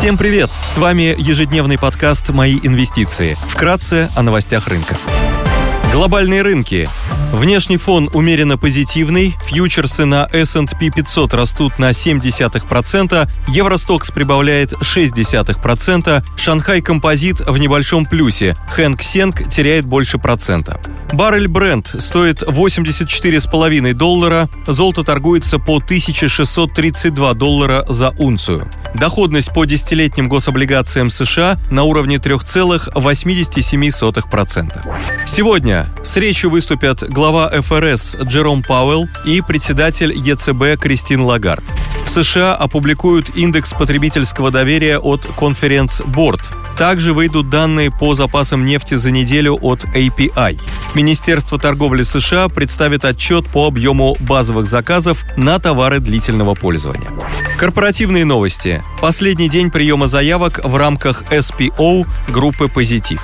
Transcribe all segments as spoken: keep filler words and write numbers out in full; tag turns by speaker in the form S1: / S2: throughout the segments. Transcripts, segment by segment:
S1: Всем привет! С вами ежедневный подкаст «Мои инвестиции». Вкратце о новостях рынка. Глобальные рынки. Внешний фон умеренно позитивный, фьючерсы на эс энд пи пятьсот растут на семь десятых процента, Евростокс прибавляет шесть десятых процента, Шанхай Композит в небольшом плюсе, Хэнк Сенг теряет больше процента. Баррель Brent стоит восемьдесят четыре целых пять десятых доллара, золото торгуется по тысяча шестьсот тридцать два доллара за унцию. Доходность по десятилетним гособлигациям США на уровне три целых восемьдесят семь сотых процента. Сегодня с речью выступят глава эф эр эс Джером Пауэлл и председатель е цэ бэ Кристин Лагард. В США опубликуют индекс потребительского доверия от Conference Board. Также выйдут данные по запасам нефти за неделю от эй пи ай. Министерство торговли США представит отчет по объему базовых заказов на товары длительного пользования. Корпоративные новости. Последний день приема заявок в рамках эс пи о группы «Позитив».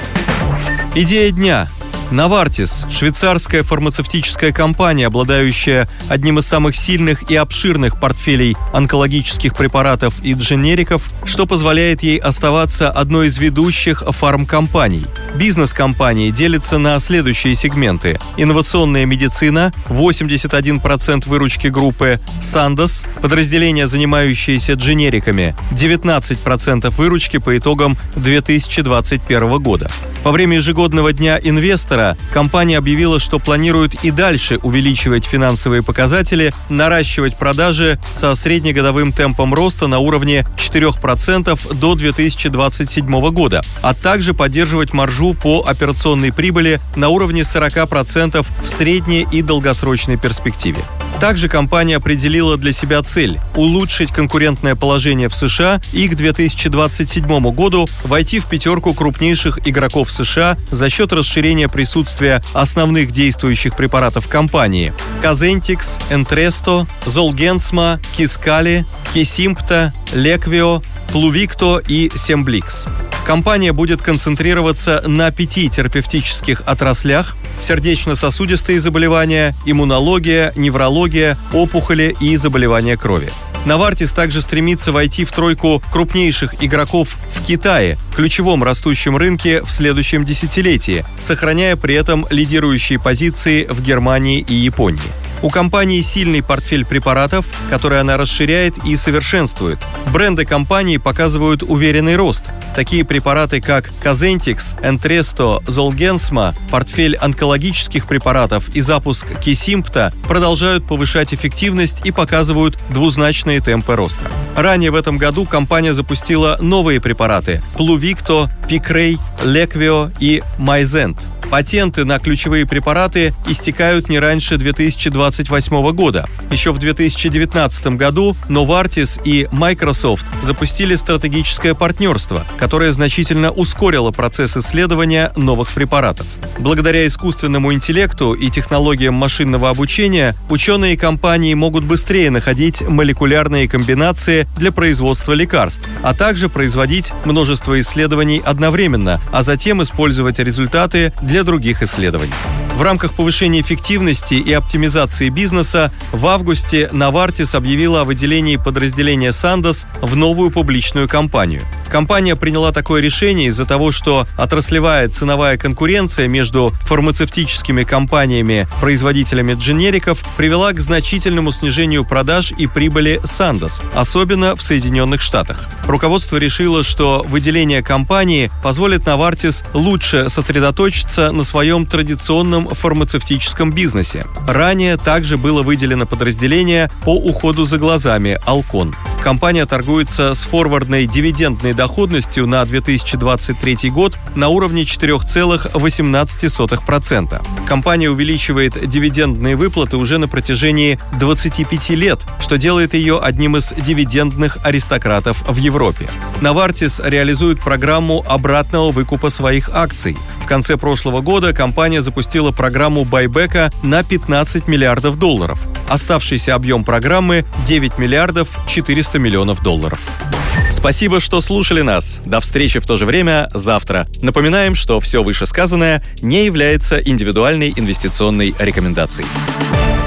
S1: Идея дня. Novartis – швейцарская фармацевтическая компания, обладающая одним из самых сильных и обширных портфелей онкологических препаратов и дженериков, что позволяет ей оставаться одной из ведущих фармкомпаний. Бизнес компании делится на следующие сегменты: инновационная медицина – восемьдесят один процент выручки группы, Sandoz – подразделение, занимающееся дженериками, девятнадцать процентов выручки по итогам две тысячи двадцать первого года. Во время ежегодного дня инвестора компания объявила, что планирует и дальше увеличивать финансовые показатели, наращивать продажи со среднегодовым темпом роста на уровне четыре процента до две тысячи двадцать седьмого года, а также поддерживать маржу по операционной прибыли на уровне сорок процентов в средней и долгосрочной перспективе. Также компания определила для себя цель – улучшить конкурентное положение в США и к две тысячи двадцать седьмому году войти в пятерку крупнейших игроков США за счет расширения присутствия основных действующих препаратов компании – Cosentyx, Entresto, Zolgensma, Kisqali, Kesimpta, Leqvio, Pluvicto и Semblix. Компания будет концентрироваться на пяти терапевтических отраслях: сердечно-сосудистые заболевания, иммунология, неврология, опухоли и заболевания крови. Novartis также стремится войти в тройку крупнейших игроков в Китае, ключевом растущем рынке в следующем десятилетии, сохраняя при этом лидирующие позиции в Германии и Японии. У компании сильный портфель препаратов, который она расширяет и совершенствует. Бренды компании показывают уверенный рост. Такие препараты, как Cosentyx, Entresto, Zolgensma, портфель онкологических препаратов и запуск Kesimpta продолжают повышать эффективность и показывают двузначные темпы роста. Ранее в этом году компания запустила новые препараты – Pluvicto, Piqray, Leqvio и Mayzent. Патенты на ключевые препараты истекают не раньше две тысячи двадцать восьмого года. Еще в две тысячи девятнадцатом году Novartis и Microsoft запустили стратегическое партнерство, которое значительно ускорило процесс исследования новых препаратов. Благодаря искусственному интеллекту и технологиям машинного обучения ученые компании могут быстрее находить молекулярные комбинации для производства лекарств, а также производить множество исследований одновременно, а затем использовать результаты для других исследований. В рамках повышения эффективности и оптимизации бизнеса в августе Novartis объявила о выделении подразделения Sandoz в новую публичную компанию. Компания приняла такое решение из-за того, что отраслевая ценовая конкуренция между фармацевтическими компаниями-производителями дженериков привела к значительному снижению продаж и прибыли Sandoz, особенно в Соединенных Штатах. Руководство решило, что выделение компании позволит Novartis лучше сосредоточиться на своем традиционном фармацевтическом бизнесе. Ранее также было выделено подразделение по уходу за глазами Alcon. Компания торгуется с форвардной дивидендной доходностью на две тысячи двадцать третий год на уровне четыре целых восемнадцать сотых процента. Компания увеличивает дивидендные выплаты уже на протяжении двадцати пяти лет, что делает ее одним из дивидендных аристократов в Европе. Novartis реализует программу обратного выкупа своих акций. В конце прошлого года компания запустила программу байбека на пятнадцать миллиардов долларов. Оставшийся объем программы – девять миллиардов четыреста миллионов долларов. Спасибо, что слушали нас. До встречи в то же время завтра. Напоминаем, что все вышесказанное не является индивидуальной инвестиционной рекомендацией.